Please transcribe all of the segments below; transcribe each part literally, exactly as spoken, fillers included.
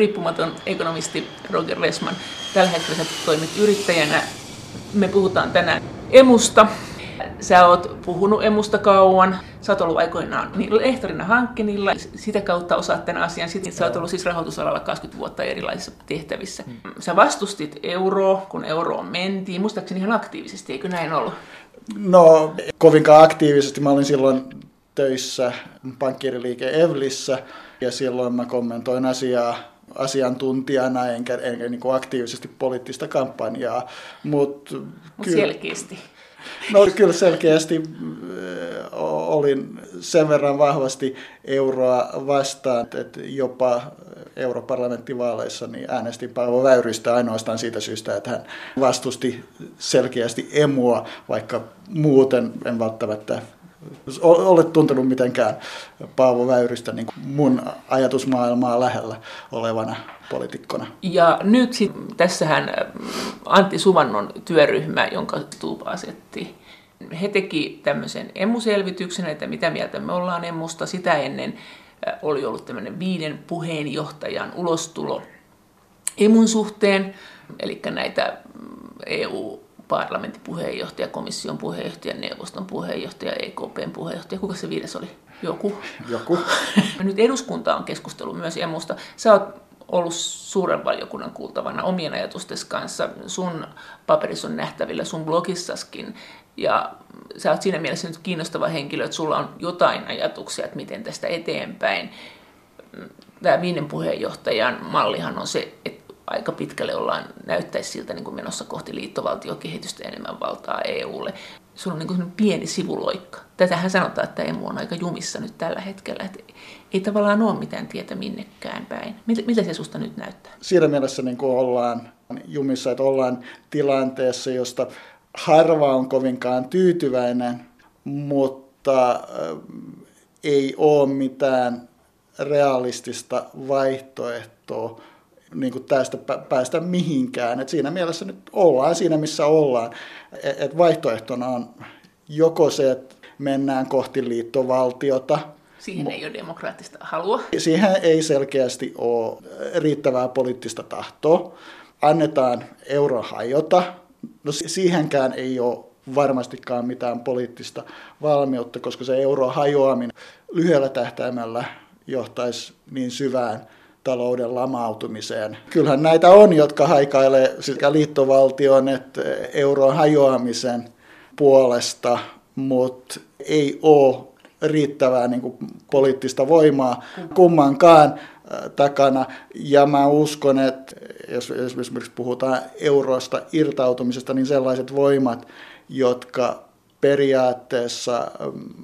riippumaton ekonomisti Roger Ressman. Tällä hetkellä sä toimit yrittäjänä. Me puhutaan tänään emusta. Sä oot puhunut emusta kauan. Sä oot ollut aikoinaan lehtorina Hankkenilla. Sitä kautta osaat tämän asian. Sitten sä oot ollut siis rahoitusalalla kaksikymmentä vuotta erilaisissa tehtävissä. Sä vastustit euroa, kun euroon mentiin. Muistaakseni ihan aktiivisesti, eikö näin ollut? No, kovinkaan aktiivisesti. Mä olin silloin töissä pankkiiriliike Evlissä ja silloin mä kommentoin asiaa asiantuntijana enkä, enkä niin kuin aktiivisesti poliittista kampanjaa. Mutta Mut kyllä, selkeästi. No kyllä selkeästi olin sen verran vahvasti euroa vastaan, että jopa europarlamenttivaaleissa niin äänestin Paavo Väyrystä ainoastaan siitä syystä, että hän vastusti selkeästi emua, vaikka muuten en välttämättä ole tuntenut mitenkään Paavo Väyrystä niin kuin mun ajatusmaailmaa lähellä olevana poliitikkona. Ja nyt sit, tässähän Antti Suvannon työryhmä, jonka Stubb asetti, he teki tämmöisen emuselvityksen, että mitä mieltä me ollaan emusta. Sitä ennen oli ollut tämmöinen viiden puheenjohtajan ulostulo emun suhteen, eli näitä E U-parlamentin puheenjohtaja, komission puheenjohtaja, neuvoston puheenjohtaja, E K P:n puheenjohtaja. Kuka se viides oli? Joku. Joku. Nyt eduskunta on keskustellut myös emusta. Sä oot ollut suuren valiokunnan kuultavana omien ajatustesi kanssa. Sun paperissa on nähtävillä sun blogissaskin. Ja sä oot siinä mielessä nyt kiinnostava henkilö, että sulla on jotain ajatuksia, että miten tästä eteenpäin. Tämä viiden puheenjohtajan mallihan on se, että aika pitkälle ollaan, näyttäisi siltä niin kuin menossa kohti liittovaltiokehitystä enemmän valtaa E U:lle. Sulla on niin kuin pieni sivuloikka. Tätähän sanotaan, että emu on aika jumissa nyt tällä hetkellä. Että ei tavallaan ole mitään tietä minnekään päin. Miltä se susta nyt näyttää? Siinä mielessä niin kuin ollaan jumissa, että ollaan tilanteessa, josta harva on kovinkaan tyytyväinen, mutta ei ole mitään realistista vaihtoehtoa niin kuin tästä päästä mihinkään. Et siinä mielessä nyt ollaan siinä, missä ollaan. Et vaihtoehtona on joko se, että mennään kohti liittovaltiota. Siihen ei ole demokraattista halua. Siihen ei selkeästi ole riittävää poliittista tahtoa. Annetaan euro hajota. No siihenkään ei ole varmastikaan mitään poliittista valmiutta, koska se euron hajoaminen lyhyellä tähtäimellä johtaisi niin syvään talouden lamautumiseen. Kyllähän näitä on, jotka haikailee sekä liittovaltion että euron hajoamisen puolesta, mutta ei ole riittävää niin kuin poliittista voimaa kummankaan takana. Ja mä uskon, että jos esimerkiksi puhutaan eurosta irtautumisesta, niin sellaiset voimat, jotka periaatteessa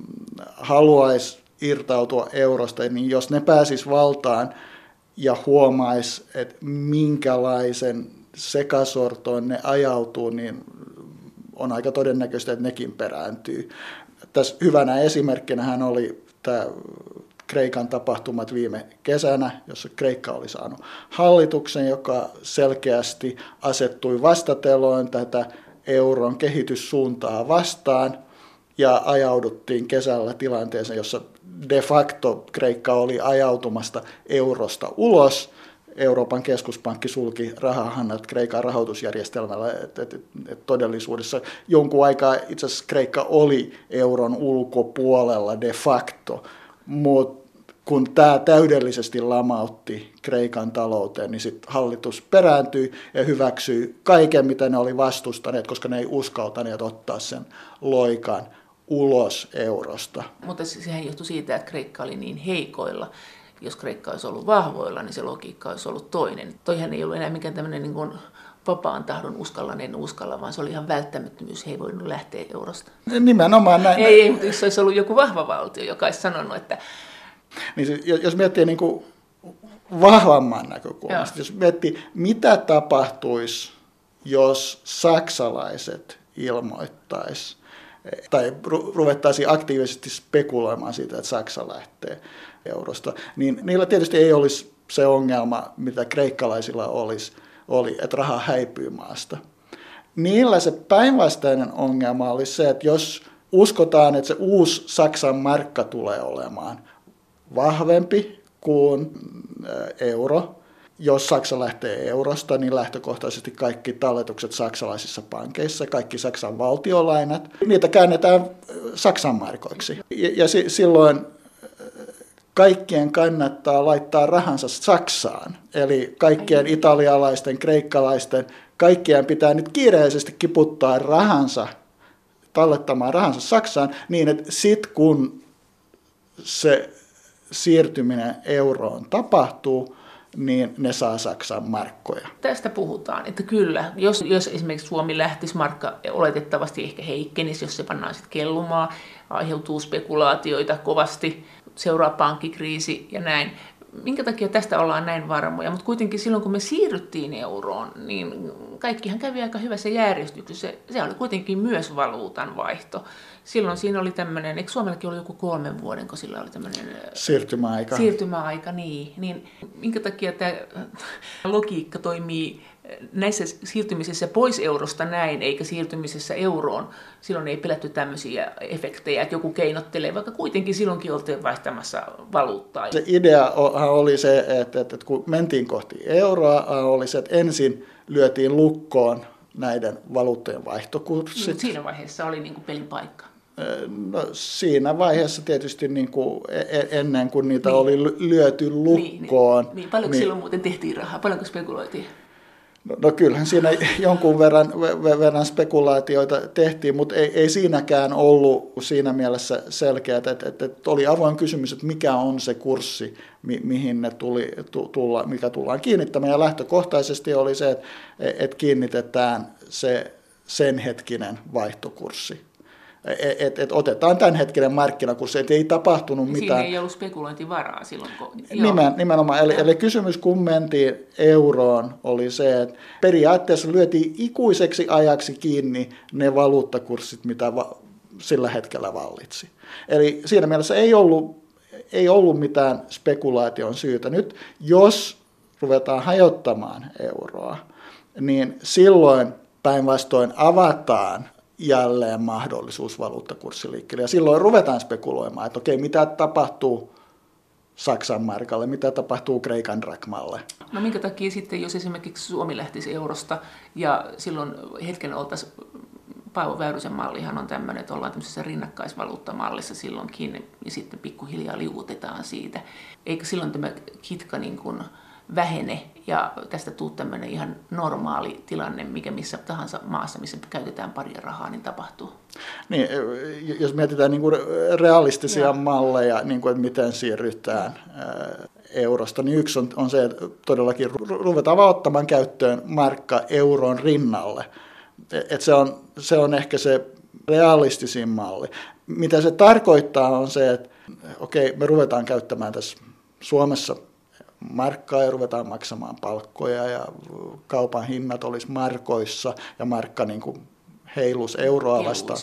haluaisi irtautua eurosta, niin jos ne pääsis valtaan ja huomais, että minkälaisen sekasortoon ne ajautuu, niin on aika todennäköistä, että nekin perääntyy. Tässä hyvänä esimerkkinähän oli tämä Kreikan tapahtumat viime kesänä, jossa Kreikka oli saanut hallituksen, joka selkeästi asettui vastateloin tätä euron kehityssuuntaa vastaan, ja ajauduttiin kesällä tilanteeseen, jossa de facto Kreikka oli ajautumasta eurosta ulos. Euroopan keskuspankki sulki rahahannat Kreikan rahoitusjärjestelmällä, että et, et todellisuudessa jonkun aikaa itse asiassa Kreikka oli euron ulkopuolella de facto, mutta kun tämä täydellisesti lamautti Kreikan talouteen, niin sitten hallitus perääntyi ja hyväksyi kaiken, mitä ne oli vastustaneet, koska ne ei uskaltaneet ottaa sen loikan ulos eurosta. Mutta sehän johtui siitä, että Kreikka oli niin heikoilla. Jos Kreikka olisi ollut vahvoilla, niin se logiikka olisi ollut toinen. Toihan ei ollut enää mikään tämmöinen niin kuin vapaan tahdon uskallan, en uskalla, vaan se oli ihan välttämättömyys. He ei voinut lähteä eurosta. Nimenomaan näin. Ei, ei, mutta jos olisi ollut joku vahva valtio, joka olisi sanonut, että... Niin, jos miettii niin kuin vahvamman näkökulmasta, jos miettii, mitä tapahtuisi, jos saksalaiset ilmoittaisi, tai ruvettaisiin aktiivisesti spekuloimaan siitä, että Saksa lähtee eurosta, niin niillä tietysti ei olisi se ongelma, mitä kreikkalaisilla olisi, oli, että raha häipyy maasta. Niillä se päinvastainen ongelma oli se, että jos uskotaan, että se uusi Saksan markka tulee olemaan vahvempi kuin euro, jos Saksa lähtee eurosta, niin lähtökohtaisesti kaikki talletukset saksalaisissa pankeissa, kaikki Saksan valtiolainat, niitä käännetään Saksan markoiksi. Ja, ja si, silloin kaikkien kannattaa laittaa rahansa Saksaan, eli kaikkien italialaisten, kreikkalaisten, kaikkien pitää nyt kiireellisesti kiputtaa rahansa, tallettamaan rahansa Saksaan, niin että sit kun se siirtyminen euroon tapahtuu, niin ne saa Saksan markkoja. Tästä puhutaan, että kyllä, jos, jos esimerkiksi Suomi lähtisi, markka oletettavasti ehkä heikkenisi, jos se pannaan sitten kellumaan, aiheutuu spekulaatioita kovasti, seuraa pankkikriisi ja näin. Minkä takia tästä ollaan näin varmoja? Mutta kuitenkin silloin, kun me siirryttiin euroon, niin kaikkihan kävi aika hyvässä järjestyksessä. Se, se oli kuitenkin myös valuutan vaihto. Silloin siinä oli tämmöinen, eikö Suomellakin ollut joku kolmen vuoden, kun sillä oli tämmöinen siirtymäaika. Siirtymäaika, niin. niin minkä takia tämä logiikka toimii näissä siirtymisissä pois eurosta näin, eikä siirtymisessä euroon? Silloin ei pelätty tämmöisiä efektejä, että joku keinottelee, vaikka kuitenkin silloinkin oltiin vaihtamassa valuuttaa. Se idea oli se, että, että kun mentiin kohti euroa, oli se, että ensin lyötiin lukkoon näiden valuuttojen vaihtokurssit. No, siinä vaiheessa oli niin kuin pelin paikka. No, siinä vaiheessa tietysti niin kuin ennen kuin niitä niin. oli lyöty lukkoon. Niin, niin. Paljonko niin, silloin muuten tehtiin rahaa? Paljonko spekuloitiin? No, no kyllähän siinä jonkun verran, verran spekulaatioita tehtiin, mutta ei, ei siinäkään ollut siinä mielessä selkeää, että, että, että oli avoin kysymys, että mikä on se kurssi, mi, mihin ne tuli, tulla, mikä tullaan kiinnittämään. Ja lähtökohtaisesti oli se, että, että kiinnitetään se sen hetkinen vaihtokurssi. Että et otetaan tämänhetkinen markkinakurssi, että ei tapahtunut siinä mitään. Siinä ei ollut spekulointivaraa silloin. Kun... Nimen, nimenomaan. Eli, eli kysymys, kun mentiin euroon, oli se, että periaatteessa lyötiin ikuiseksi ajaksi kiinni ne valuuttakurssit, mitä va- sillä hetkellä vallitsi. Eli siinä mielessä ei ollut, ei ollut mitään spekulaation syytä. Nyt jos ruvetaan hajottamaan euroa, niin silloin päinvastoin avataan jälleen mahdollisuus valuuttakurssiliikkeelle. Ja silloin ruvetaan spekuloimaan, että okei, mitä tapahtuu Saksan markalle, mitä tapahtuu Kreikan drakmalle. No minkä takia sitten, jos esimerkiksi Suomi lähtisi eurosta ja silloin hetken oltaisiin, Paavo Väyrysen mallihan on tämmöinen, että ollaan tämmöisessä rinnakkaisvaluuttamallissa silloinkin ja sitten pikkuhiljaa liuutetaan siitä. Eikö silloin tämä kitka niin kuin vähene ja tästä tuu tämmöinen ihan normaali tilanne, mikä missä tahansa maassa, missä käytetään paria rahaa, niin tapahtuu. Niin, jos mietitään niin kuin realistisia ja. malleja, niin kuin, että miten siirrytään eurosta, niin yksi on, on se, että todellakin ruvetaan vaan ottamaan käyttöön markka euron rinnalle. Et se, on, se on ehkä se realistisin malli. Mitä se tarkoittaa on se, että okei, me ruvetaan käyttämään tässä Suomessa markkaa ja ruvetaan maksamaan palkkoja ja kaupan hinnat olisi markoissa ja markka niin kuin heilus euroa vastaan.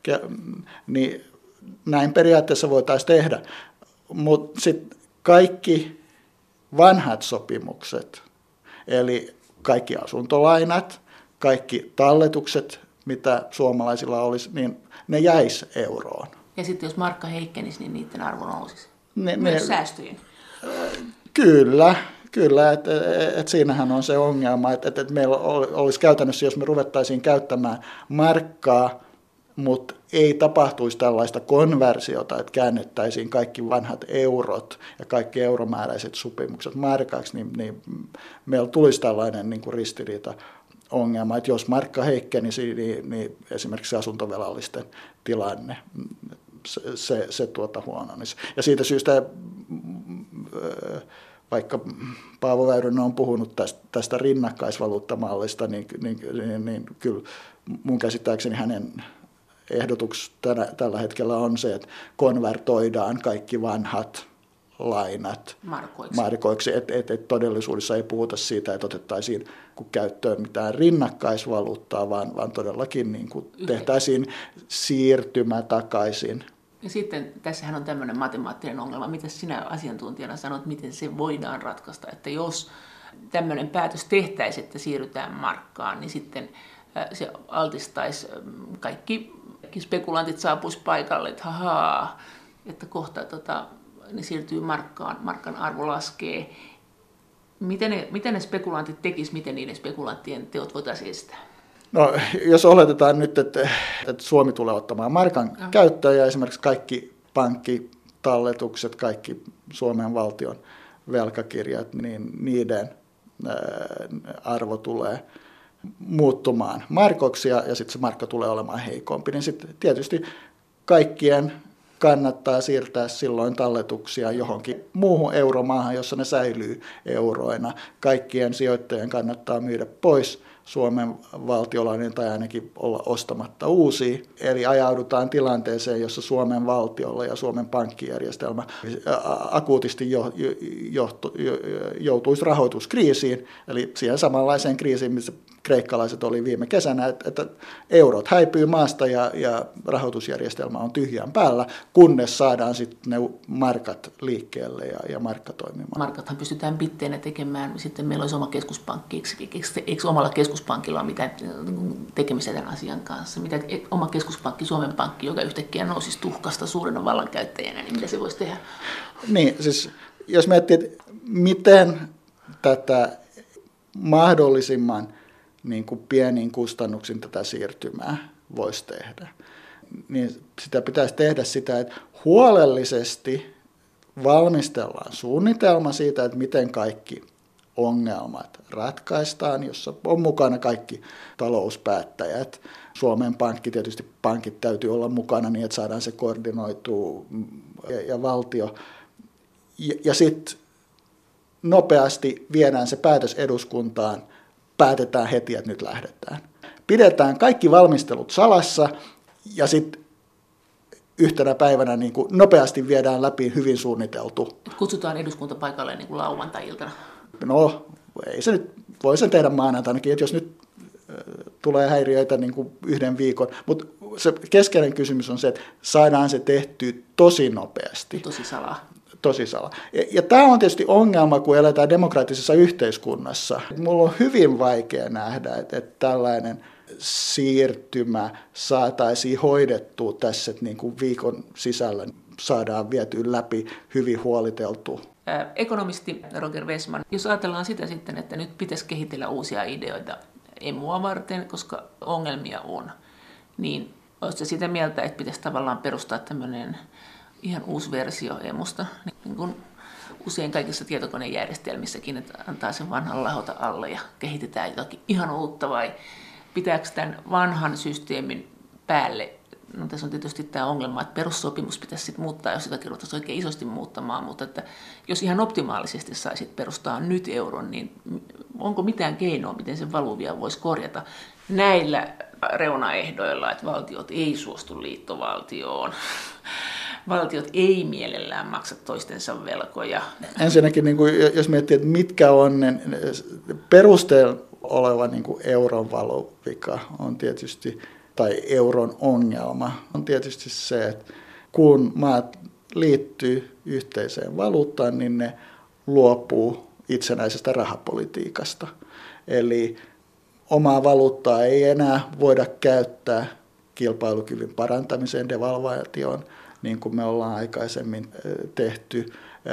Niin näin periaatteessa voitaisiin tehdä. Mutta sitten kaikki vanhat sopimukset, eli kaikki asuntolainat, kaikki talletukset, mitä suomalaisilla olisi, niin ne jäisi euroon. Ja sitten jos markka heikkenisi, niin niiden arvo nousisi. Ne, Myös ne, säästöjen. Kyllä, kyllä. Että et siinähän on se ongelma, että et, et meillä olisi käytännössä, jos me ruvettaisiin käyttämään markkaa, mutta ei tapahtuisi tällaista konversiota, että käännettäisiin kaikki vanhat eurot ja kaikki euromääräiset sopimukset markaksi, niin, niin meillä tulisi tällainen niin kuin ristiriita ongelma, että jos markka heikkenisi, niin, niin esimerkiksi asuntovelallisten tilanne, se, se, se tuota huononisi. Ja siitä syystä, vaikka Paavo Väyrynen on puhunut tästä, tästä rinnakkaisvaluuttamallista, niin, niin, niin, niin kyllä mun käsittääkseni hänen ehdotus tänä, tällä hetkellä on se, että konvertoidaan kaikki vanhat lainat markoiksi, markoiksi että et, et todellisuudessa ei puhuta siitä, että otettaisiin käyttöön mitään rinnakkaisvaluuttaa, vaan, vaan todellakin niin kuin tehtäisiin siirtymä takaisin. Ja sitten tässähän on tämmöinen matemaattinen ongelma. Mitä sinä asiantuntijana sanot, miten se voidaan ratkaista? Että jos tämmöinen päätös tehtäisiin, että siirrytään markkaan, niin sitten se altistaisi kaikki spekulantit saapuisi paikalle, että hahaa, että kohta tota, ne siirtyy markkaan, markan arvo laskee. Miten ne, miten ne spekulantit tekisivät, miten niiden spekulanttien teot voitaisiin estää? No, jos oletetaan nyt, että, että Suomi tulee ottamaan markan no. käyttöön ja esimerkiksi kaikki pankkitalletukset, kaikki Suomen valtion velkakirjat, niin niiden arvo tulee muuttumaan markoksi ja, ja sitten se markka tulee olemaan heikompi, niin sitten tietysti kaikkien kannattaa siirtää silloin talletuksia johonkin muuhun euromaahan, jossa ne säilyy euroina. Kaikkien sijoittajien kannattaa myydä pois Suomen valtiolainen tai ainakin olla ostamatta uusia. Eli ajaudutaan tilanteeseen, jossa Suomen valtiolla ja Suomen pankkijärjestelmä akuutisti jo, jo, jo, joutuisi rahoituskriisiin, eli siihen samanlaiseen kriisiin, missä kreikkalaiset oli viime kesänä, että, että eurot häipyy maasta ja, ja rahoitusjärjestelmä on tyhjän päällä, kunnes saadaan sitten ne markat liikkeelle ja, ja markka toimimaan. Markathan pystytään bitteinä tekemään, sitten meillä olisi oma keskuspankki, eikö omalla keskuspankilla ole mitään tekemistä tämän asian kanssa? Mitä oma keskuspankki, Suomen Pankki, joka yhtäkkiä nousisi tuhkasta suurena vallankäyttäjänä, niin mitä se voisi tehdä? Niin, siis jos miettii, että miten tätä mahdollisimman niin kuin pienin kustannuksin tätä siirtymää voisi tehdä, niin sitä pitäisi tehdä sitä, että huolellisesti valmistellaan suunnitelma siitä, että miten kaikki ongelmat ratkaistaan, jossa on mukana kaikki talouspäättäjät. Suomen Pankki, tietysti pankit täytyy olla mukana niin, että saadaan se koordinoitua ja, ja valtio. Ja, ja sitten nopeasti viedään se päätös eduskuntaan, päätetään heti, että nyt lähdetään. Pidetään kaikki valmistelut salassa ja sitten yhtenä päivänä niin kuin nopeasti viedään läpi hyvin suunniteltu. Kutsutaan eduskunta paikalle niin kuin lauantai-iltana. No, ei se nyt, voi sen tehdä maanantainakin, että jos nyt tulee häiriöitä niin kuin yhden viikon. Mutta se keskeinen kysymys on se, että saadaan se tehtyä tosi nopeasti. Tosi salaa. Tosi salaa. Ja, ja tämä on tietysti ongelma, kun eletään demokraattisessa yhteiskunnassa. Mulla on hyvin vaikea nähdä, että, että tällainen siirtymä saataisiin hoidettua tässä, että niin kuin viikon sisällä saadaan vietyä läpi hyvin huoliteltu. Ekonomisti Roger Wessman, jos ajatellaan sitä sitten, että nyt pitäisi kehitellä uusia ideoita emua varten, koska ongelmia on, niin oletko sitä mieltä, että pitäisi tavallaan perustaa tämmöinen ihan uusi versio emusta, niin kuin usein kaikissa tietokonejärjestelmissäkin, että antaa sen vanhan lahota alle ja kehitetään jotakin ihan uutta, vai pitääkö tämän vanhan systeemin päälle? No, tässä on tietysti tämä ongelma, että perussopimus pitäisi sitten muuttaa, jos jotakin ruvettaisiin oikein isosti muuttamaan, mutta että jos ihan optimaalisesti saisit perustaa nyt euron, niin onko mitään keinoa, miten sen valuvia voisi korjata näillä reunaehdoilla, että valtiot ei suostu liittovaltioon, valtiot ei mielellään maksa toistensa velkoja. Ensinnäkin, niin kuin, jos miettii, että mitkä on ne perusteen oleva niin kuin euron valuvika, on tietysti tai euron ongelma on tietysti se, että kun maat liittyy yhteiseen valuuttaan, niin ne luopuu itsenäisestä rahapolitiikasta. Eli omaa valuuttaa ei enää voida käyttää kilpailukyvyn parantamiseen, devalvaatioon, niin kuin me ollaan aikaisemmin tehty.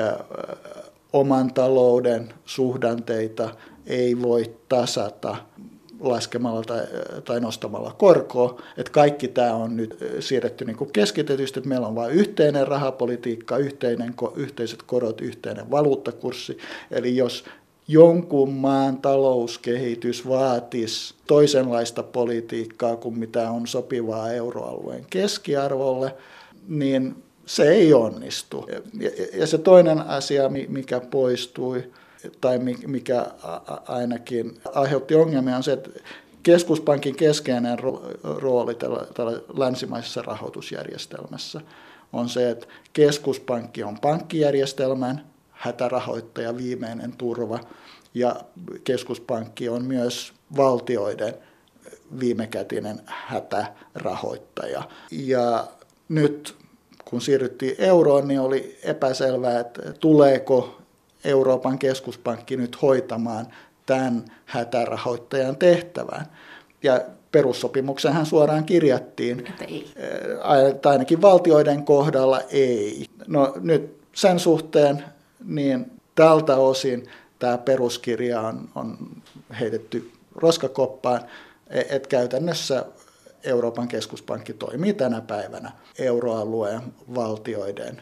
Oman talouden suhdanteita ei voi tasata laskemalla tai, tai nostamalla korkoa, että kaikki tämä on nyt siirretty niin kuin keskitetysti, että meillä on vain yhteinen rahapolitiikka, yhteinen, yhteiset korot, yhteinen valuuttakurssi, eli jos jonkun maan talouskehitys vaatisi toisenlaista politiikkaa kuin mitä on sopivaa euroalueen keskiarvolle, niin se ei onnistu. Ja, ja se toinen asia, mikä poistui, tai mikä ainakin aiheutti ongelmia, on se, että keskuspankin keskeinen rooli tällä, tällä länsimaisessa rahoitusjärjestelmässä on se, että keskuspankki on pankkijärjestelmän hätärahoittaja, viimeinen turva, ja keskuspankki on myös valtioiden viimekätinen hätärahoittaja. Ja nyt kun siirryttiin euroon, niin oli epäselvää, että tuleeko Euroopan keskuspankki nyt hoitamaan tämän hätärahoittajan tehtävän. Ja perussopimuksenhan suoraan kirjattiin, että ei. Tai ainakin valtioiden kohdalla ei. No nyt sen suhteen, niin tältä osin tämä peruskirja on, on heitetty roskakoppaan, että käytännössä Euroopan keskuspankki toimii tänä päivänä euroalueen valtioiden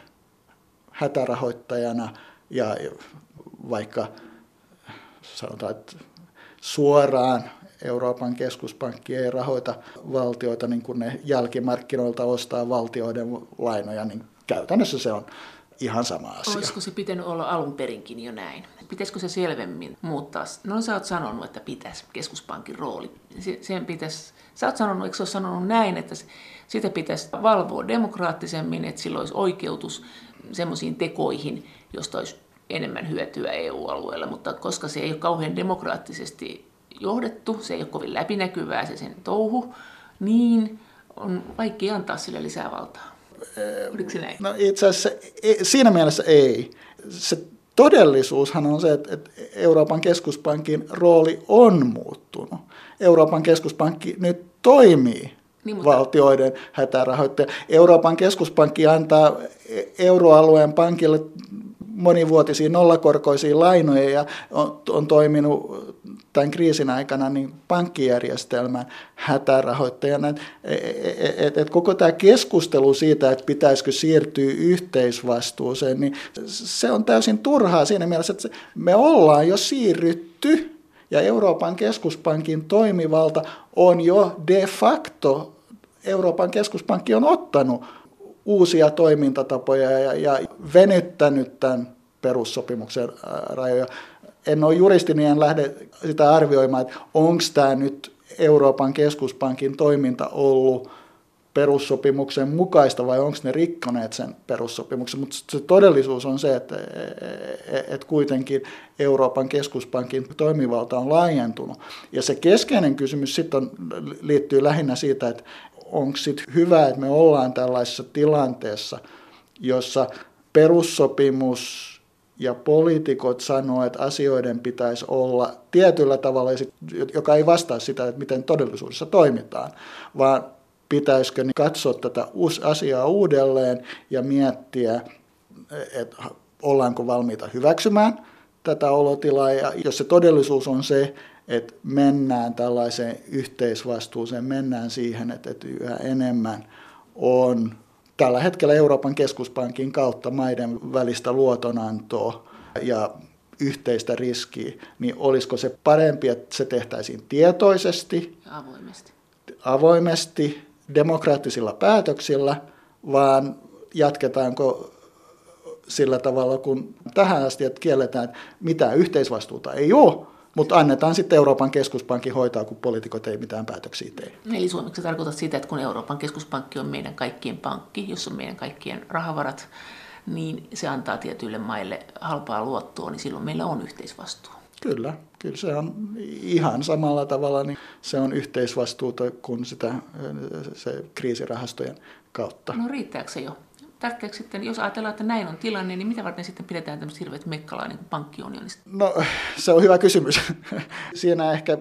hätärahoittajana ja vaikka sanotaan, että suoraan Euroopan keskuspankki ei rahoita valtioita niin kuin ne jälkimarkkinoilta ostaa valtioiden lainoja, niin käytännössä se on ihan sama asia. Olisiko se pitänyt olla alun perinkin jo näin? Pitäisikö se selvemmin muuttaa? No sä oot sanonut, että pitäisi keskuspankin rooli. Sen pitäisi, sä oot sanonut, eikö sä ole sanonut näin, että sitä pitäisi valvoa demokraattisemmin, että sillä olisi oikeutus semmoisiin tekoihin, josta olisi enemmän hyötyä E U-alueella, mutta koska se ei ole kauhean demokraattisesti johdettu, se ei ole kovin läpinäkyvää se sen touhu, niin on vaikea antaa sille lisää valtaa. Oliko se näin? No itse asiassa siinä mielessä ei. Se todellisuushan on se, että Euroopan keskuspankin rooli on muuttunut. Euroopan keskuspankki nyt toimii niin, mutta valtioiden hätärahoittaja. Euroopan keskuspankki antaa euroalueen pankille monivuotisia nollakorkoisia lainoja ja on, on toiminut tämän kriisin aikana niin pankkijärjestelmän hätärahoittajana. Et, et, et koko tämä keskustelu siitä, että pitäisikö siirtyä yhteisvastuuseen, niin se on täysin turhaa siinä mielessä, että me ollaan jo siirrytty ja Euroopan keskuspankin toimivalta on jo de facto, Euroopan keskuspankki on ottanut uusia toimintatapoja ja, ja venyttänyt tämän perussopimuksen rajoja. En ole juristi, niin en lähde sitä arvioimaan, että onko tämä nyt Euroopan keskuspankin toiminta ollut perussopimuksen mukaista vai onko ne rikkoneet sen perussopimuksen. Mutta se todellisuus on se, että, että kuitenkin Euroopan keskuspankin toimivalta on laajentunut. Ja se keskeinen kysymys sitten liittyy lähinnä siitä, että onko sitten hyvä, että me ollaan tällaisessa tilanteessa, jossa perussopimus ja poliitikot sanoo, että asioiden pitäisi olla tietyllä tavalla, joka ei vastaa sitä, että miten todellisuudessa toimitaan, vaan pitäisikö katsoa tätä asiaa uudelleen ja miettiä, että ollaanko valmiita hyväksymään tätä olotilaa, ja jos se todellisuus on se, että mennään tällaiseen yhteisvastuuseen, mennään siihen, että yhä enemmän on tällä hetkellä Euroopan keskuspankin kautta maiden välistä luotonantoa ja yhteistä riskiä, niin olisiko se parempi, että se tehtäisiin tietoisesti, avoimesti, avoimesti demokraattisilla päätöksillä, vaan jatketaanko sillä tavalla, kun tähän asti, että kielletään, että mitään yhteisvastuuta ei ole, mutta annetaan sitten Euroopan keskuspankin hoitaa, kun poliitikot ei mitään päätöksiä tee. Eli suomeksi tarkoittaa sitä, että kun Euroopan keskuspankki on meidän kaikkien pankki, jossa on meidän kaikkien rahavarat, niin se antaa tietyille maille halpaa luottoa, niin silloin meillä on yhteisvastuu. Kyllä, kyllä se on ihan samalla tavalla, niin se on yhteisvastuuta kuin sitä se kriisirahastojen kautta. No riittääkö se jo? Tärkeäksi sitten, jos ajatellaan, että näin on tilanne, niin mitä varten sitten pidetään tämmöistä hirveät mekkalaa niin kuin pankkiunionista? No se on hyvä kysymys. Siinä ehkä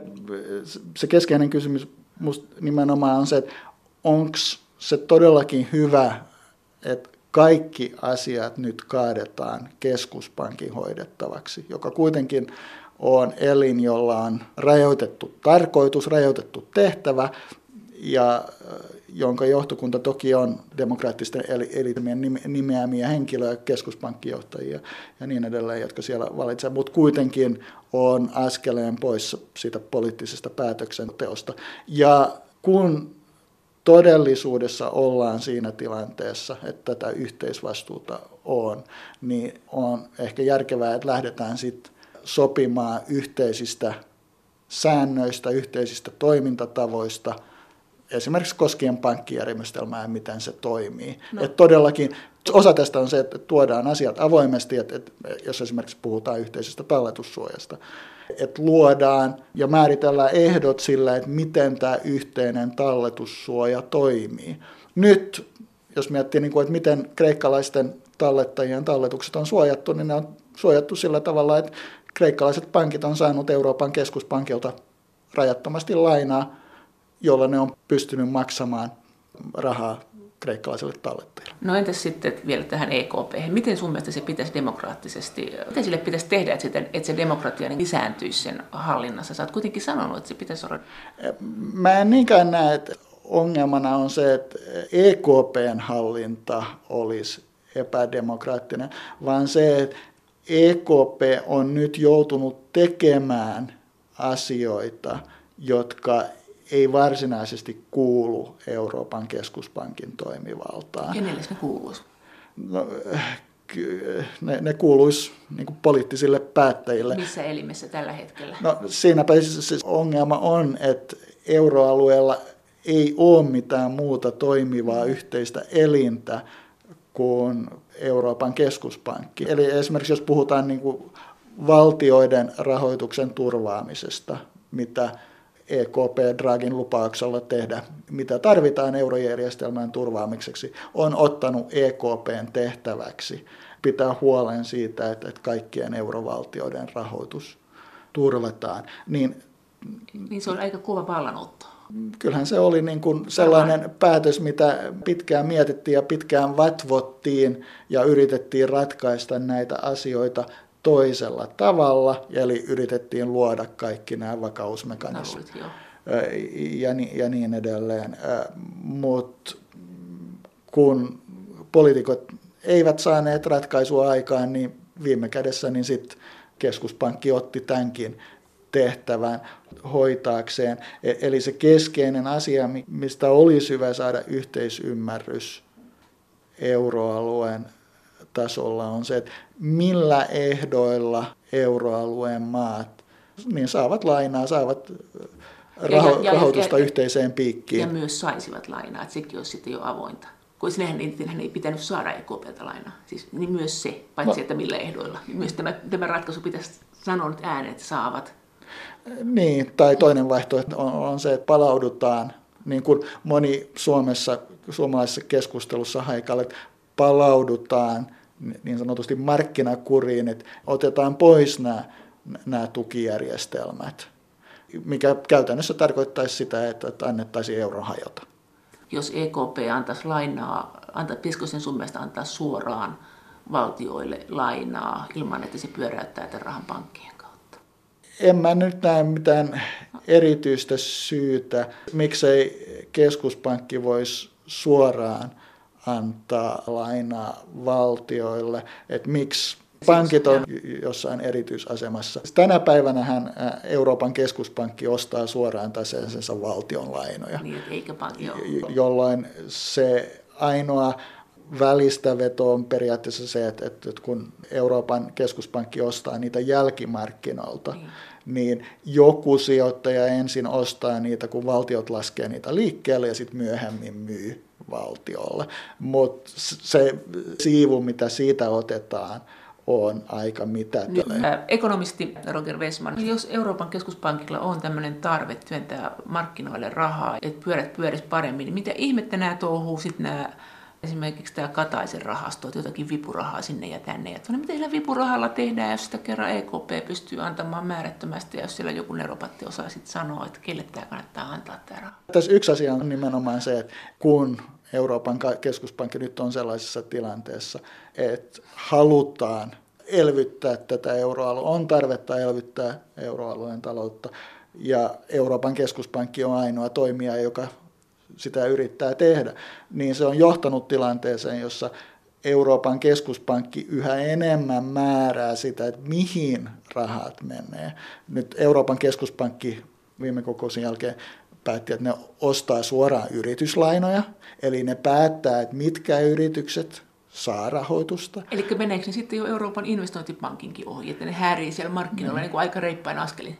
se keskeinen kysymys musta nimenomaan on se, että onko se todellakin hyvä, että kaikki asiat nyt kaadetaan keskuspankin hoidettavaksi, joka kuitenkin on elin, jolla on rajoitettu tarkoitus, rajoitettu tehtävä, ja jonka johtokunta toki on demokraattisten eliitimien nimeämiä henkilöjä, keskuspankkijohtajia ja niin edelleen, jotka siellä valitsevat, mutta kuitenkin on askeleen pois siitä poliittisesta päätöksenteosta. Ja kun todellisuudessa ollaan siinä tilanteessa, että tätä yhteisvastuuta on, niin on ehkä järkevää, että lähdetään sitten sopimaan yhteisistä säännöistä, yhteisistä toimintatavoista, esimerkiksi koskien pankkijärjestelmää ja miten se toimii. No. Että todellakin osa tästä on se, että tuodaan asiat avoimesti, että, että jos esimerkiksi puhutaan yhteisestä talletussuojasta, että luodaan ja määritellään ehdot sillä, että miten tämä yhteinen talletussuoja toimii. Nyt, jos miettii, että miten kreikkalaisten tallettajien talletukset on suojattu, niin ne on suojattu sillä tavalla, että kreikkalaiset pankit on saanut Euroopan keskuspankilta rajattomasti lainaa, jolla ne on pystynyt maksamaan rahaa kreikkalaisille tallettajille. No entäs sitten vielä tähän E K P? Miten sun mielestä se pitäisi demokraattisesti, mitä sille pitäisi tehdä, että, sitä, että se demokratia niin lisääntyisi sen hallinnassa? Sä oot kuitenkin sanonut, että se pitäisi olla... Mä en niinkään näe, että ongelmana on se, että E K P:n hallinta olisi epädemokraattinen, vaan se, että E K P on nyt joutunut tekemään asioita, jotka ei varsinaisesti kuulu Euroopan keskuspankin toimivaltaan. Kenelle ne kuuluisi? No, ne, ne kuuluisi niin kuin poliittisille päättäjille. Missä elimessä tällä hetkellä? No, siinäpä siis ongelma on, että euroalueella ei ole mitään muuta toimivaa yhteistä elintä kuin Euroopan keskuspankki. Eli esimerkiksi jos puhutaan niin kuin valtioiden rahoituksen turvaamisesta, mitä E K P Draghin lupauksella tehdä, mitä tarvitaan eurojärjestelmän turvaamiseksi, on ottanut E K P:n tehtäväksi pitää huolen siitä, että kaikkien eurovaltioiden rahoitus turvataan. Niin, niin se on aika kova vallanotto. Kyllähän se oli niin kuin sellainen päätös, mitä pitkään mietittiin ja pitkään vatvottiin ja yritettiin ratkaista näitä asioita toisella tavalla, eli yritettiin luoda kaikki nämä vakausmekanismit ja, ja niin edelleen. Mutta kun poliitikot eivät saaneet ratkaisua aikaan, niin viime kädessä niin sit keskuspankki otti tämänkin tehtävän hoitaakseen. Eli se keskeinen asia, mistä olisi hyvä saada yhteisymmärrys euroalueen tasolla, on se, että millä ehdoilla euroalueen maat niin saavat lainaa, saavat raho- ja, ja, rahoitusta ja, yhteiseen piikkiin. Ja myös saisivat lainaa, että sekin olisi sitten jo avointa. Kun nehän ei, nehän ei pitänyt saada E K P:ltä lainaa. Siis, niin myös se, paitsi no. että millä ehdoilla. Myös tämä, tämä ratkaisu pitäisi sanoa nyt ääneen, että saavat. Niin, tai toinen vaihtoehto on, on se, että palaudutaan, niin kuin moni Suomessa, suomalaisessa keskustelussa haikalle, että palaudutaan niin sanotusti markkinakuriin, että otetaan pois nämä, nämä tukijärjestelmät, mikä käytännössä tarkoittaisi sitä, että annettaisiin euron hajota. Jos E K P antaisi lainaa, anta, pitäisikö sen sun mielestä antaa suoraan valtioille lainaa ilman, että se pyöräyttää tämän rahan pankkien kautta? En mä nyt näe mitään erityistä syytä, miksei keskuspankki voisi suoraan antaa lainaa valtioille, että miksi pankit on jossain erityisasemassa. Tänä päivänähän Euroopan keskuspankki ostaa suoraan taseensa valtion lainoja, niin, eikä pankki ole. Jolloin se ainoa välistäveto on periaatteessa se, että, että kun Euroopan keskuspankki ostaa niitä jälkimarkkinoilta, niin. niin joku sijoittaja ensin ostaa niitä, kun valtiot laskee niitä liikkeelle ja sitten myöhemmin myy valtiolle. Mutta se siivu, mitä siitä otetaan, on aika mitätön. Ekonomisti Roger Wessman, jos Euroopan keskuspankilla on tämmöinen tarve työntää markkinoille rahaa, että pyörät pyörisi paremmin, niin mitä ihmettä nämä touhuu sitten nämä esimerkiksi tämä Kataisen rahasto, että jotakin vipurahaa sinne ja tänne. Ja no, mitä sillä vipurahalla tehdään, jos sitä kerran E K P pystyy antamaan määrättömästi, ja jos siellä joku neropatti osaa sitten sanoa, että kelle tämä kannattaa antaa tämä raha. Tässä yksi asia on nimenomaan se, että kun Euroopan keskuspankki nyt on sellaisessa tilanteessa, että halutaan elvyttää tätä euroaluetta, on tarvetta elvyttää euroalueen taloutta, ja Euroopan keskuspankki on ainoa toimija, joka sitä yrittää tehdä, niin se on johtanut tilanteeseen, jossa Euroopan keskuspankki yhä enemmän määrää sitä, että mihin rahat menee. Nyt Euroopan keskuspankki viime kokouksen jälkeen päätti, että ne ostaa suoraan yrityslainoja, eli ne päättää, että mitkä yritykset saa rahoitusta. Eli meneekö ne sitten jo Euroopan investointipankinkin ohi, että ne häärii siellä markkinoilla mm. niin kuin aika reippain askelin?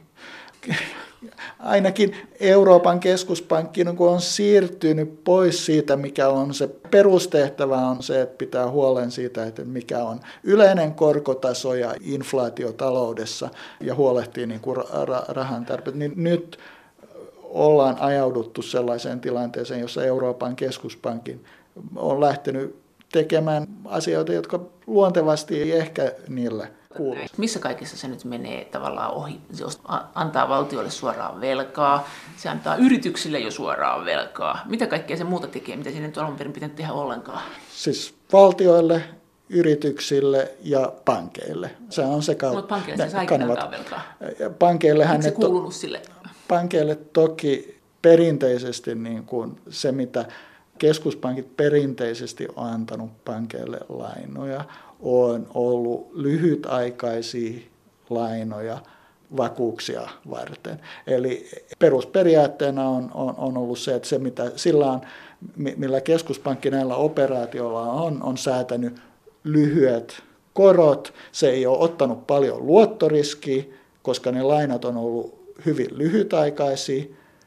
Ainakin Euroopan keskuspankki on siirtynyt pois siitä, mikä on se perustehtävä, on se, että pitää huolen siitä, että mikä on yleinen korkotaso ja inflaatio taloudessa ja huolehtii niin kuin rahan tarpeet. Niin nyt ollaan ajauduttu sellaiseen tilanteeseen, jossa Euroopan keskuspankin on lähtenyt tekemään asioita, jotka luontevasti ei ehkä niille kuuluu. Missä kaikessa se nyt menee tavallaan ohi? Se antaa valtiolle suoraan velkaa, se antaa yrityksille jo suoraan velkaa. Mitä kaikkea se muuta tekee, mitä siinä nyt alun perin pitänyt tehdä ollenkaan? Siis valtioille, yrityksille ja pankeille. Se on se kautta. Mutta pankeille se saikin antaa velkaa. Pankeillehän se ne kuulunut sille? Pankeille toki perinteisesti niin kuin se, mitä keskuspankit perinteisesti on antanut pankeille lainoja, on ollut lyhytaikaisia lainoja vakuuksia varten. Eli perusperiaatteena on, on, on ollut se, että se mitä sillä on, millä keskuspankki näillä operaatioilla on, on säätänyt lyhyet korot. Se ei ole ottanut paljon luottoriskiä, koska ne lainat on ollut hyvin lyhytaikaisia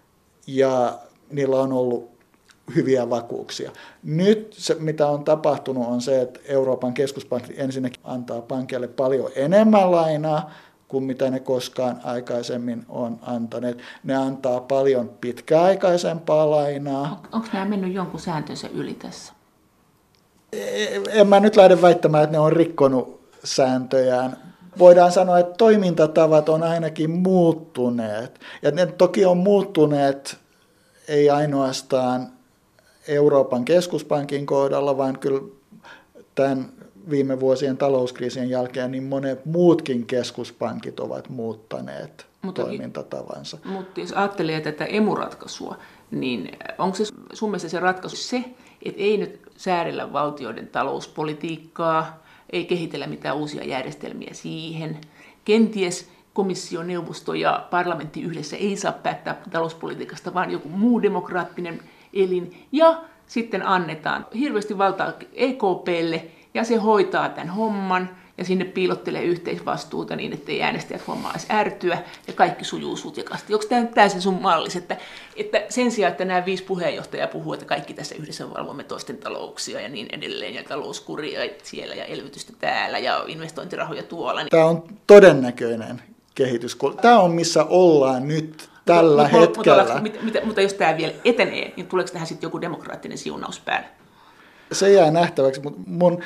ja niillä on ollut hyviä vakuuksia. Nyt se, mitä on tapahtunut, on se, että Euroopan keskuspankki ensinnäkin antaa pankeille paljon enemmän lainaa kuin mitä ne koskaan aikaisemmin on antaneet. Ne antaa paljon pitkäaikaisempaa lainaa. Onko nämä mennyt jonkun sääntönsä yli tässä? En mä nyt lähde väittämään, että ne on rikkonut sääntöjään. Voidaan sanoa, että toimintatavat on ainakin muuttuneet. Ja ne toki on muuttuneet ei ainoastaan Euroopan keskuspankin kohdalla, vaan kyllä tämän viime vuosien talouskriisien jälkeen niin monet muutkin keskuspankit ovat muuttaneet mutta, toimintatavansa. Mutta jos ajattelee tätä emuratkaisua, niin onko se sun mielestä se ratkaisu se, että ei nyt säädellä valtioiden talouspolitiikkaa, ei kehitellä mitään uusia järjestelmiä siihen, kenties komissio, neuvosto ja parlamentti yhdessä ei saa päättää talouspolitiikasta, vaan joku muu demokraattinen elin. Ja sitten annetaan hirveästi valtaa E K P:lle, ja se hoitaa tämän homman, ja sinne piilottelee yhteisvastuuta niin, ettei äänestäjät hommaa edes ärtyä, ja kaikki sujuu sutjakasti. Onko tämä täysin sun mallis, että, että sen sijaan, että nämä viisi puheenjohtajaa puhuu, että kaikki tässä yhdessä valvomme toisten talouksia ja niin edelleen, ja talouskuria siellä, ja elvytystä täällä, ja investointirahoja tuolla. Niin... Tämä on todennäköinen kehitys. Tämä on, missä ollaan nyt tällä mutta, hetkellä. Mutta, mutta, mutta, mutta jos tämä vielä etenee, niin tuleeko tähän sitten joku demokraattinen siunaus päälle? Se jää nähtäväksi, mutta mun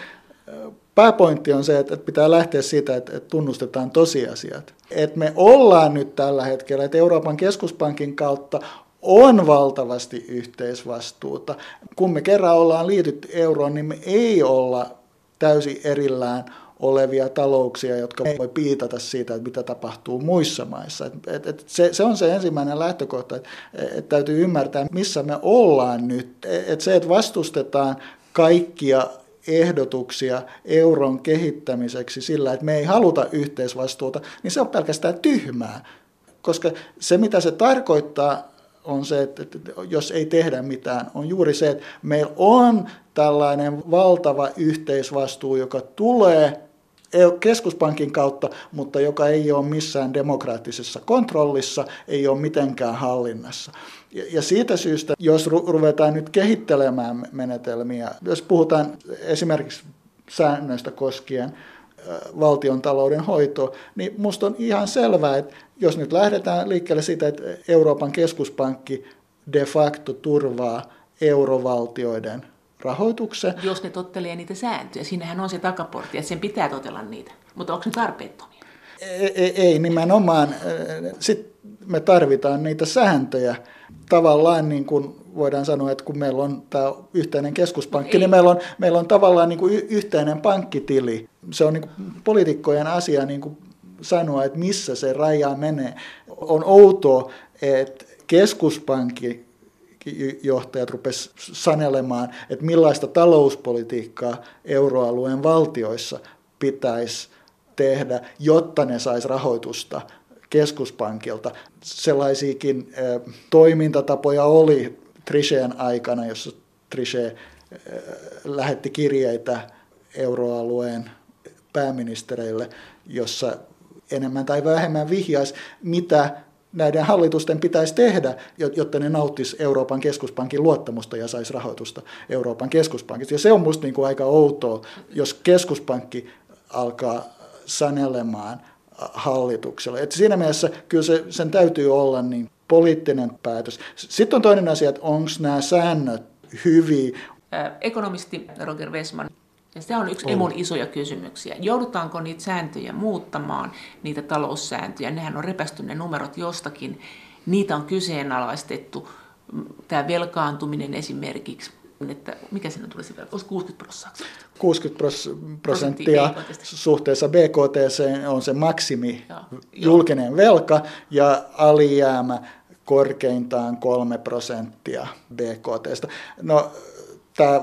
pääpointti on se, että pitää lähteä siitä, että tunnustetaan tosiasiat. Että me ollaan nyt tällä hetkellä, että Euroopan keskuspankin kautta on valtavasti yhteisvastuuta. Kun me kerran ollaan liitytty euroon, niin me ei olla täysin erillään olevia talouksia, jotka voi piitata siitä, että mitä tapahtuu muissa maissa. Et, et se, se on se ensimmäinen lähtökohta, että et täytyy ymmärtää, missä me ollaan nyt. Et se, että vastustetaan kaikkia ehdotuksia euron kehittämiseksi sillä, että me ei haluta yhteisvastuuta, niin se on pelkästään tyhmää. Koska se, mitä se tarkoittaa, on se, että jos ei tehdä mitään, on juuri se, että meillä on tällainen valtava yhteisvastuu, joka tulee keskuspankin kautta, mutta joka ei ole missään demokraattisessa kontrollissa, ei ole mitenkään hallinnassa. Ja siitä syystä, jos ruvetaan nyt kehittelemään menetelmiä, jos puhutaan esimerkiksi säännöistä koskien valtion talouden hoitoa, niin musta on ihan selvää, että jos nyt lähdetään liikkeelle siitä, että Euroopan keskuspankki de facto turvaa eurovaltioiden rahoituksen. Jos ne tottelee niitä sääntöjä, siinähän on se takaportti, että sen pitää totella niitä, mutta onko ne tarpeettomia? Ei, ei nimenomaan. Sitten me tarvitaan niitä sääntöjä. Tavallaan niin kuin voidaan sanoa, että kun meillä on tämä yhteinen keskuspankki, no niin meillä on, meillä on tavallaan niin kuin yhteinen pankkitili. Se on niin kuin poliitikkojen asia niin kuin sanoa, että missä se raja menee. On outoa, että keskuspankki johtajat rupesivat sanelemaan, että millaista talouspolitiikkaa euroalueen valtioissa pitäisi tehdä, jotta ne saisi rahoitusta keskuspankilta. Sellaisiakin äh, toimintatapoja oli Trichén aikana, jossa Trichet äh, lähetti kirjeitä euroalueen pääministereille, jossa enemmän tai vähemmän vihjaisi, mitä näiden hallitusten pitäisi tehdä, jotta ne nauttisi Euroopan keskuspankin luottamusta ja saisi rahoitusta Euroopan keskuspankista. Ja se on musta niin kuin aika outoa, jos keskuspankki alkaa sanelemaan hallitukselle. Et siinä mielessä kyllä se, sen täytyy olla niin poliittinen päätös. Sitten on toinen asia, että onko nämä säännöt hyviä. Ekonomisti Roger Wessman Ja se on yksi emun isoja kysymyksiä. Joudutaanko niitä sääntöjä muuttamaan, niitä taloussääntöjä? Nehän on repästy ne numerot jostakin. Niitä on kyseenalaistettu. Tämä velkaantuminen esimerkiksi, että mikä siinä tulisi velka? Olisi kuusikymmentä prosenttia. kuusikymmentä prosenttia suhteessa B K T on se maksimi Joo. julkinen velka ja alijäämä korkeintaan kolme prosenttia B K T:stä. No, tämä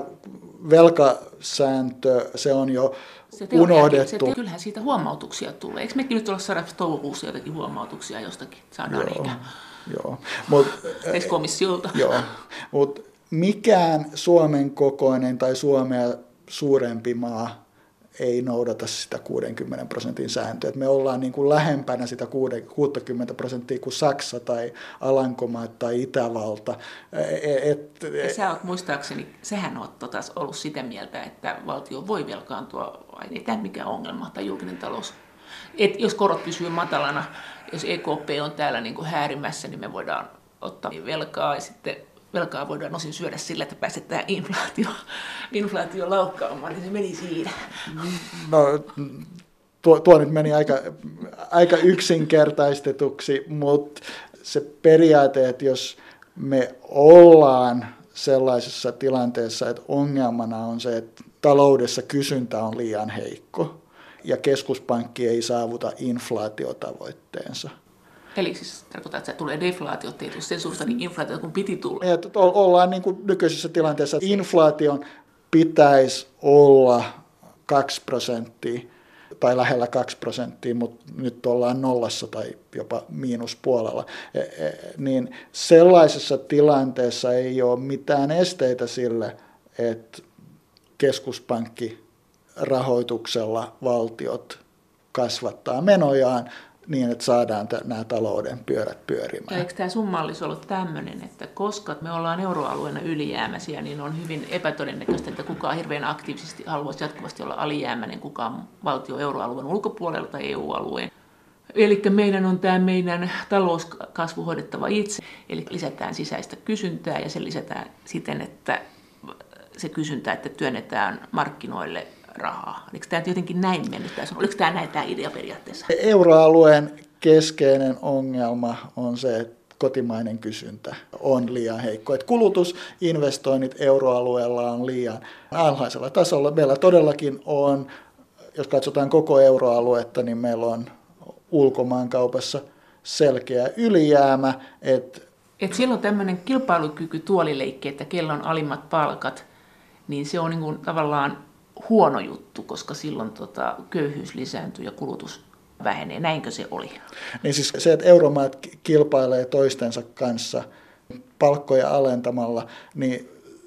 velkasääntö, se on jo se unohdettu. Se, kyllähän siitä huomautuksia tulee. Eikö mekin nyt olla saada toukokuussa jotakin huomautuksia jostakin? Saadaan Joo, eikä. Joo. Mut, komissiolta. Joo, mutta mikään Suomen kokoinen tai Suomea suurempi maa ei noudata sitä kuudenkymmenen prosentin sääntöä. Et me ollaan niin kuin lähempänä sitä kuusikymmentä prosenttia kuin Saksa tai Alankomaat tai Itävalta. Et, et, ja sä oot muistaakseni, sähän oot totas ollut sitä mieltä, että valtio voi velkaantua, ei tämä mikään ongelma tai julkinen talous. Et jos korot pysyy matalana, jos E K P on täällä niin kuin häärimässä, niin me voidaan ottaa velkaa ja sitten velkaa voidaan osin syödä sillä, että päästetään inflaatio, inflaatio laukkaamaan, niin se meni siinä. No, tuo, tuo nyt meni aika, aika yksinkertaistetuksi, mutta se periaate, että jos me ollaan sellaisessa tilanteessa, että ongelmana on se, että taloudessa kysyntä on liian heikko ja keskuspankki ei saavuta inflaatiotavoitteensa. Eli siis tarkoittaa, että tulee deflaatio, ettei tule sen suurta niin inflaatio, kun piti tulla. Et ollaan niin kuin nykyisessä tilanteessa, että inflaation pitäisi olla kaksi prosenttia tai lähellä kaksi prosenttia, mutta nyt ollaan nollassa tai jopa miinuspuolella. Niin sellaisessa tilanteessa ei ole mitään esteitä sille, että keskuspankki rahoituksella valtiot kasvattaa menojaan niin, että saadaan t- nämä talouden pyörät pyörimään. Ja eikö tämä sun mallis ollut tämmöinen, että koska me ollaan euroalueena ylijäämäisiä, niin on hyvin epätodennäköistä, että kukaan hirveän aktiivisesti haluaisi jatkuvasti olla alijäämäinen, kukaan valtio euroalueen ulkopuolella tai E U-alueen. Eli meidän on tämä meidän talouskasvu hoidettava itse, eli lisätään sisäistä kysyntää ja se lisätään siten, että se kysyntä, että työnnetään markkinoille rahaa. Oliko tämä jotenkin näin mennyt? Oliko tämä näin tämä idea periaatteessa? Euroalueen keskeinen ongelma on se, että kotimainen kysyntä on liian heikko. Että kulutusinvestoinnit euroalueella on liian alhaisella tasolla. Meillä todellakin on, jos katsotaan koko euroaluetta, niin meillä on ulkomaankaupassa selkeä ylijäämä. Että Et silloin tämmöinen kilpailukyky tuolileikki, että kello on alimmat palkat, niin se on niin kuin tavallaan huono juttu, koska silloin tota, köyhyys lisääntyy ja kulutus vähenee. Näinkö se oli? Niin siis se, että euromaat kilpailee toistensa kanssa palkkoja alentamalla, niin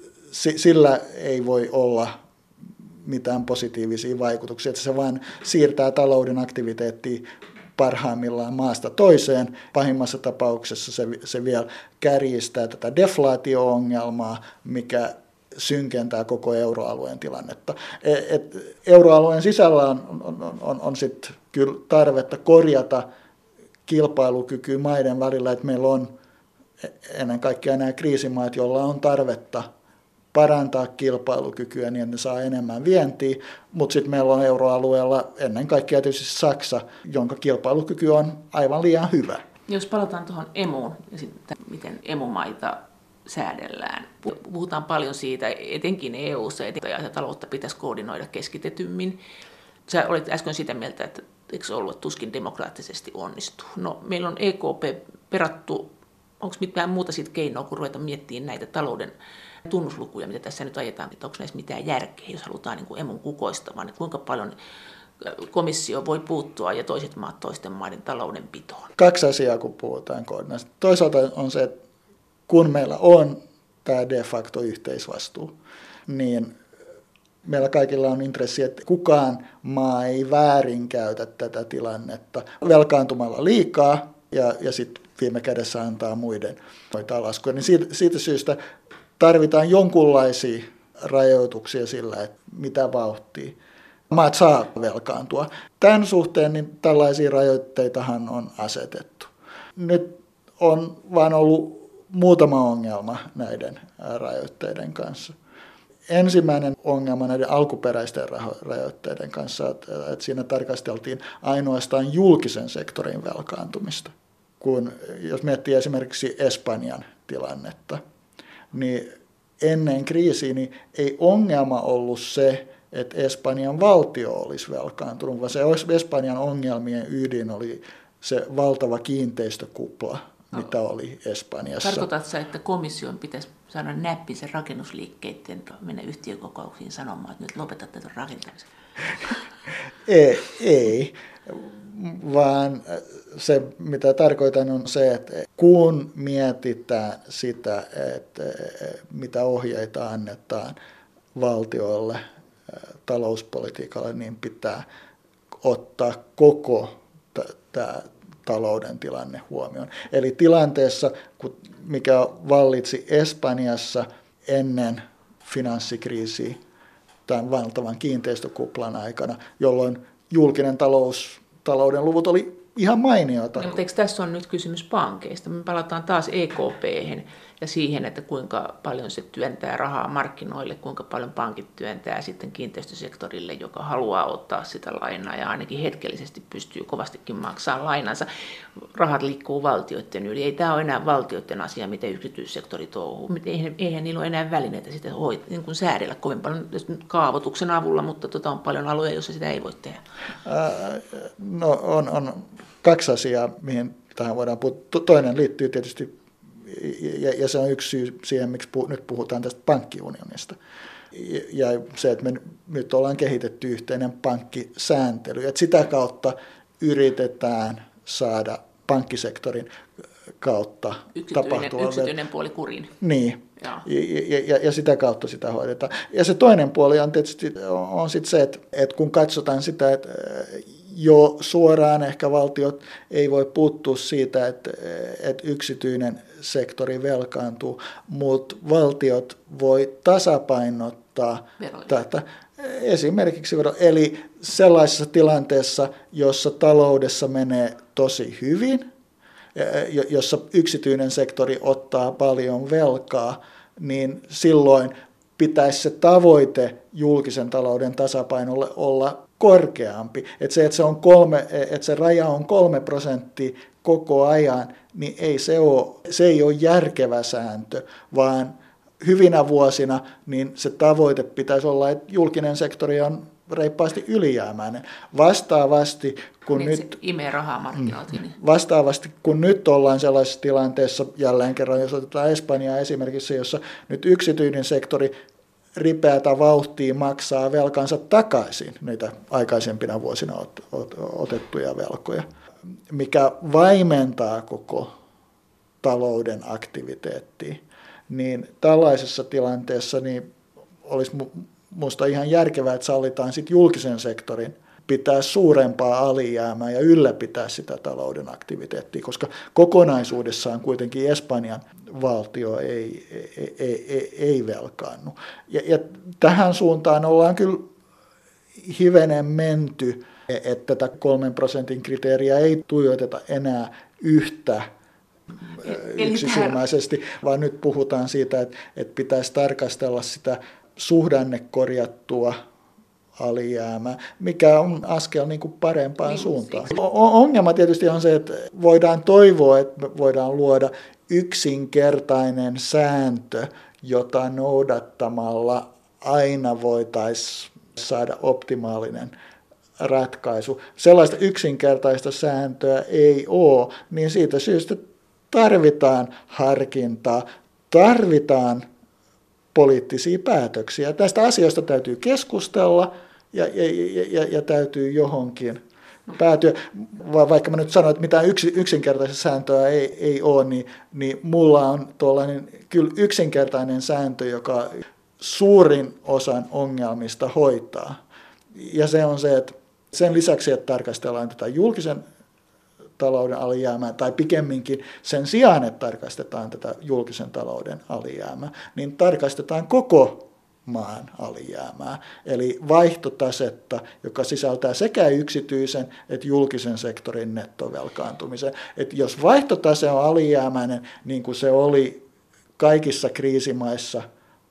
sillä ei voi olla mitään positiivisia vaikutuksia. Että se vaan siirtää talouden aktiviteettia parhaimmillaan maasta toiseen. Pahimmassa tapauksessa se, se vielä kärjistää tätä deflaatio-ongelmaa, mikä synkentää koko euroalueen tilannetta. Et euroalueen sisällä on, on, on, on sitten kyllä tarvetta korjata kilpailukykyä maiden välillä, että meillä on ennen kaikkea nämä kriisimaat, joilla on tarvetta parantaa kilpailukykyä niin, että ne saa enemmän vientiä, mutta sitten meillä on euroalueella ennen kaikkea tietysti Saksa, jonka kilpailukyky on aivan liian hyvä. Jos palataan tuohon emuun ja sitten miten emumaita säädellään. Puhutaan paljon siitä, etenkin E U:ssa, että taloutta pitäisi koordinoida keskitetymmin. Sä olit äsken sitä mieltä, että eikö se ollut, että tuskin demokraattisesti onnistuu. No, meillä on E K P perattu, onko mitään muuta siitä keinoa, kun ruveta miettimään näitä talouden tunnuslukuja, mitä tässä nyt ajetaan, että onko näissä mitään järkeä, jos halutaan niin kuin emun kukoistamaan, että kuinka paljon komissio voi puuttua ja toiset maat toisten maiden taloudenpitoon. Kaksi asiaa, kun puhutaan koordinaatiosta. Toisaalta on se, että kun meillä on tämä de facto yhteisvastuu, niin meillä kaikilla on intressi, että kukaan maa ei väärinkäytä tätä tilannetta velkaantumalla liikaa ja, ja sitten viime kädessä antaa muiden hoitaa laskuja. Niin siitä, siitä syystä tarvitaan jonkunlaisia rajoituksia sillä, että mitä vauhtia maat saa velkaantua. Tämän suhteen niin tällaisia rajoitteitahan on asetettu. Nyt on vaan ollut muutama ongelma näiden rajoitteiden kanssa. ensimmäinen ongelma näiden alkuperäisten rajoitteiden kanssa, että siinä tarkasteltiin ainoastaan julkisen sektorin velkaantumista. Kun, jos miettii esimerkiksi Espanjan tilannetta, niin ennen kriisiä niin ei ongelma ollut se, että Espanjan valtio olisi velkaantunut, vaan se Espanjan ongelmien ydin oli se valtava kiinteistökupla, mitä oli Espanjassa. Tarkoitatko sä, että komission pitäisi saada näppi sen rakennusliikkeiden mennä yhtiökokouksiin sanomaan, että nyt lopetatte tuon rakentamisen? ei, ei, vaan se mitä tarkoitan on se, että kun mietitään sitä, että mitä ohjeita annetaan valtioille talouspolitiikalle, niin pitää ottaa koko tämä talouden tilanne huomioon. Eli tilanteessa, mikä vallitsi Espanjassa ennen finanssikriisiä, tämän valtavan kiinteistökuplan aikana, jolloin julkinen talous, talouden luvut oli ihan mainiota. No, mutta eikö tässä on nyt kysymys pankeista? Me palataan taas E K P:hen ja siihen, että kuinka paljon se työntää rahaa markkinoille, kuinka paljon pankit työntää sitten kiinteistösektorille, joka haluaa ottaa sitä lainaa ja ainakin hetkellisesti pystyy kovastikin maksamaan lainansa. Rahat liikkuu valtioiden yli. Ei tämä ole enää valtioiden asia, miten yksityissektori touhuu. Eihän, eihän niillä ole enää välineitä sitä hoit, niin kuin säädellä kovin paljon kaavoituksen avulla, mutta tota on paljon alueja, joissa sitä ei voi tehdä. Äh, no on, on kaksi asiaa, mihin tähän voidaan puhua. Toinen liittyy tietysti, ja se on yksi syy siihen, miksi nyt puhutaan tästä pankkiunionista. Ja se, että me nyt ollaan kehitetty yhteinen pankkisääntely, että sitä kautta yritetään saada pankkisektorin kautta yksityinen, tapahtua. Yksityinen puoli kuriin. Niin, ja, ja, ja sitä kautta sitä hoidetaan. Ja se toinen puoli on tietysti on sit se, että, että kun katsotaan sitä, että jo suoraan ehkä valtiot ei voi puuttua siitä, että, että yksityinen sektori velkaantuu, mutta valtiot voi tasapainottaa veroja. Tätä. Esimerkiksi vero. Eli sellaisessa tilanteessa, jossa taloudessa menee tosi hyvin, jossa yksityinen sektori ottaa paljon velkaa, niin silloin pitäisi se tavoite julkisen talouden tasapainolle olla korkeampi. Että se, että se, on kolme, että se raja on kolme prosenttia koko ajan, niin ei se, ole, se ei ole järkevä sääntö, vaan hyvinä vuosina niin se tavoite pitäisi olla, että julkinen sektori on reippaasti ylijäämäinen. Vastaavasti, kun niin nyt, imee rahaa markkinoilta. Niin. Vastaavasti, kun nyt ollaan sellaisessa tilanteessa, jälleen kerran, jos otetaan Espanjaa esimerkiksi, jossa nyt yksityinen sektori ripeätä vauhtia maksaa velkansa takaisin, niitä aikaisempina vuosina otettuja velkoja, mikä vaimentaa koko talouden aktiviteettia, niin tällaisessa tilanteessa niin olisi minusta ihan järkevää, että sallitaan sit julkisen sektorin pitää suurempaa alijäämää ja ylläpitää sitä talouden aktiviteettia, koska kokonaisuudessaan kuitenkin Espanjan valtio ei, ei, ei, ei velkaannu. Ja, ja tähän suuntaan ollaan kyllä hivenen menty, että tätä kolmen prosentin kriteeriä ei tuijoteta enää yhtä yksisilmäisesti, vaan nyt puhutaan siitä, että, että pitäisi tarkastella sitä suhdannekorjattua alijäämää, mikä on askel niin kuin parempaan niin, suuntaan. Ongelma tietysti on se, että voidaan toivoa, että voidaan luoda yksinkertainen sääntö, jota noudattamalla aina voitaisiin saada optimaalinen ratkaisu. Sellaista yksinkertaista sääntöä ei ole, niin siitä syystä tarvitaan harkintaa, tarvitaan poliittisia päätöksiä. Tästä asiasta täytyy keskustella ja, ja, ja, ja täytyy johonkin päätyä. Vaikka mä nyt sanon, että mitään yksi, yksinkertaista sääntöä ei, ei ole, niin, niin mulla on tuollainen kyllä yksinkertainen sääntö, joka suurin osan ongelmista hoitaa. Ja se on se, että sen lisäksi, että tarkastellaan tätä julkisen talouden alijäämää, tai pikemminkin sen sijaan, että tarkastetaan tätä julkisen talouden alijäämää, niin tarkastetaan koko maan alijäämää, eli vaihtotasetta, joka sisältää sekä yksityisen että julkisen sektorin nettovelkaantumisen. Et jos vaihtotase on alijäämäinen, niin kuin se oli kaikissa kriisimaissa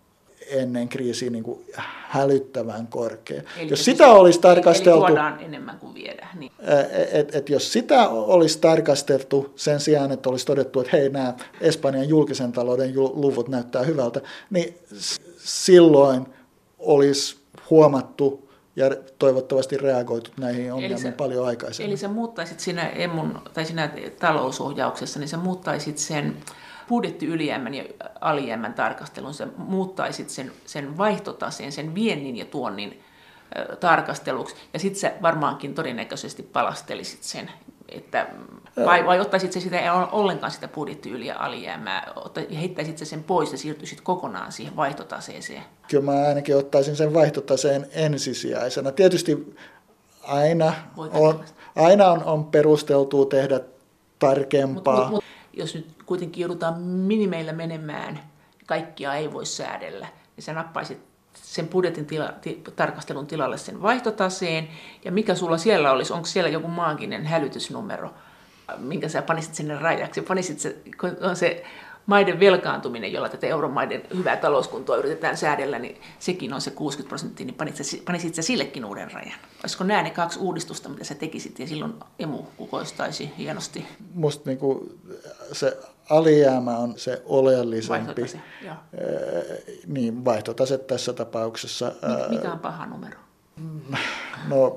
ennen kriisiä niin kuin hälyttävän korkea. Eli jos siis, sitä olisi tarkasteltu, eli tuodaan enemmän kuin viedään. Niin. Et, et jos sitä olisi tarkasteltu sen sijaan, että olisi todettu, että hei, nämä Espanjan julkisen talouden luvut näyttää hyvältä, niin silloin olisi huomattu ja toivottavasti reagoitu näihin ongelmiin paljon aikaisemmin. Eli sä muuttaisit siinä emun, tai siinä talousohjauksessa, niin sä muuttaisit sen budjettiylijäämän ja alijäämän tarkastelun, sä muuttaisit sen, sen vaihtotaseen, sen viennin ja tuonnin ö, tarkasteluksi, ja sitten sä varmaankin todennäköisesti palastelisit sen, että, vai, vai ottaisit se sitä ollenkaan sitä budjettiyli- ja alijäämää, ja heittäisit se sen pois ja siirtyisit kokonaan siihen vaihtotaseeseen? Kyllä mä ainakin ottaisin sen vaihtotaseen ensisijaisena. Tietysti aina on, aina on, on perusteltua tehdä tarkempaa. Mut, mut, mut, jos nyt kuitenkin joudutaan minimeillä menemään, kaikkia ei voi säädellä, niin sä nappaisit sen budjetin tila, ti, tarkastelun tilalle sen vaihtotaseen, ja mikä sulla siellä olisi, onko siellä joku maaginen hälytysnumero, minkä sä panisit sinne rajaksi, panisit se, on se maiden velkaantuminen, jolla tätä euromaiden hyvää talouskuntoa yritetään säädellä, niin sekin on se kuusikymmentä prosenttia, niin panisit, panisit sä sillekin uuden rajan. Olisiko nämä ne kaksi uudistusta, mitä sä tekisit, ja silloin emu kukoistaisi hienosti? Musta niinku se alijäämä on se oleellisempi. Vaihtotase, joo. Niin, vaihtotase tässä tapauksessa. Mikä on paha numero? No,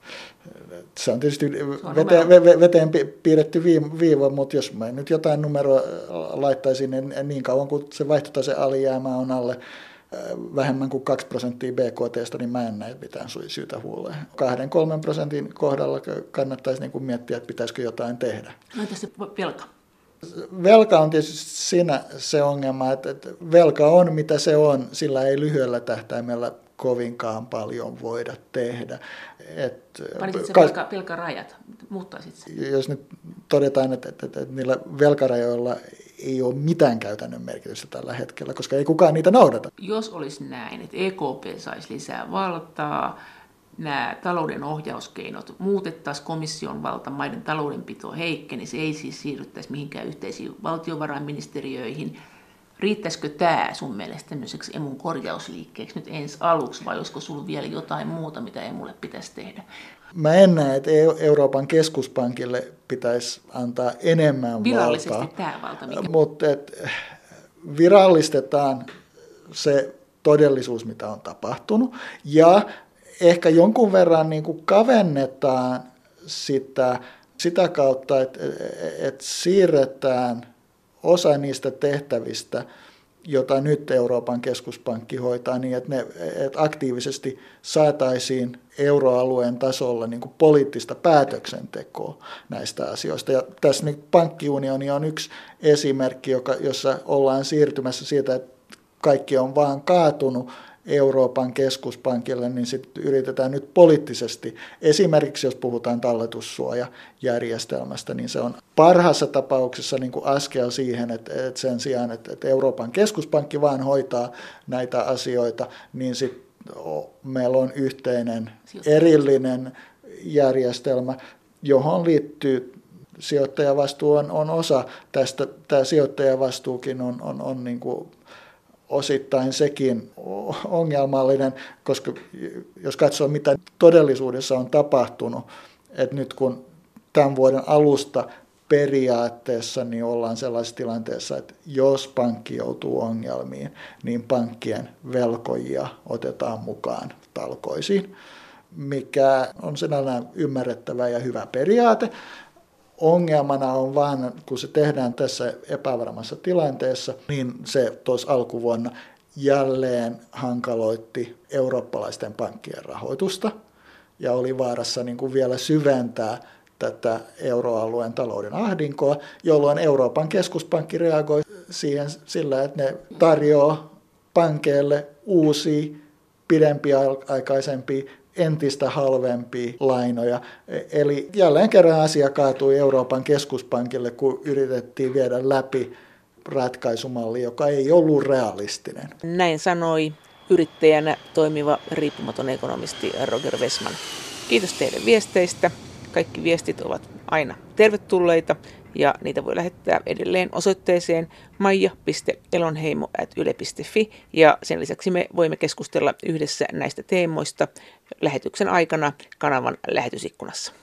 se on tietysti on veteen, veteen piirretty viiva, mutta jos mä nyt jotain numeroa laittaisin, niin, niin kauan kuin se vaihtotase alijäämä on alle vähemmän kuin kaksi prosenttia B K T:stä, niin mä en näe mitään syytä huoleen. Kahden, kolmen prosentin kohdalla kannattaisi niin kuin miettiä, että pitäisikö jotain tehdä. No entäs se velka? Velka on tietysti siinä se ongelma, että velka on mitä se on, sillä ei lyhyellä tähtäimellä kovinkaan paljon voida tehdä. Panisit se velka, velkarajat, muuttaisit se? Jos nyt todetaan, että, että, että, että niillä velkarajoilla ei ole mitään käytännön merkitystä tällä hetkellä, koska ei kukaan niitä noudata. Jos olisi näin, että E K P saisi lisää valtaa, nämä talouden ohjauskeinot muutettaisiin, komission valta, maiden taloudenpito heikkenisi, ei siis siirryttäisi mihinkään yhteisiin valtiovarainministeriöihin. Riittäisikö tämä sun mielestä tämmöiseksi emun korjausliikkeeksi nyt ensi aluksi, vai olisiko sinulla vielä jotain muuta, mitä emulle pitäisi tehdä? Mä en näe, että Euroopan keskuspankille pitäisi antaa enemmän virallisesti valtaa. Virallisesti tämä valta, mikä? Mutta virallistetaan se todellisuus, mitä on tapahtunut, ja ehkä jonkun verran niin kuin kavennetaan sitä, sitä kautta, että, että siirretään osa niistä tehtävistä, jota nyt Euroopan keskuspankki hoitaa, niin että, ne, että aktiivisesti saataisiin euroalueen tasolla niin kuin poliittista päätöksentekoa näistä asioista. Ja tässä niin pankkiunioni on yksi esimerkki, joka, jossa ollaan siirtymässä siitä, että kaikki on vaan kaatunut Euroopan keskuspankille, niin sitten yritetään nyt poliittisesti, esimerkiksi jos puhutaan talletussuojajärjestelmästä, niin se on parhaassa tapauksessa niin kuin askel siihen, että, että sen sijaan, että, että Euroopan keskuspankki vaan hoitaa näitä asioita, niin sitten meillä on yhteinen erillinen järjestelmä, johon liittyy sijoittajavastuu on, on osa tästä. Tämä sijoittajavastuukin on, on, on niin kuin osittain sekin ongelmallinen, koska jos katsoo, mitä todellisuudessa on tapahtunut, että nyt kun tämän vuoden alusta periaatteessa niin ollaan sellaisessa tilanteessa, että jos pankki joutuu ongelmiin, niin pankkien velkojia otetaan mukaan talkoisiin, mikä on sinällään ymmärrettävä ja hyvä periaate. Ongelmana on vaan, kun se tehdään tässä epävarmassa tilanteessa, niin se tuossa alkuvuonna jälleen hankaloitti eurooppalaisten pankkien rahoitusta ja oli vaarassa niin kuin vielä syventää tätä euroalueen talouden ahdinkoa, jolloin Euroopan keskuspankki reagoi siihen sillä, että ne tarjoaa pankeille uusia, pidempiaikaisempia, entistä halvempia lainoja. Eli jälleen kerran asia kaatui Euroopan keskuspankille, kun yritettiin viedä läpi ratkaisumalli, joka ei ollut realistinen. Näin sanoi yrittäjänä toimiva riippumaton ekonomisti Roger Wessman. Kiitos teille viesteistä. Kaikki viestit ovat aina tervetulleita ja niitä voi lähettää edelleen osoitteeseen maija piste elonheimo ät yle piste fi ja sen lisäksi me voimme keskustella yhdessä näistä teemoista lähetyksen aikana kanavan lähetysikkunassa.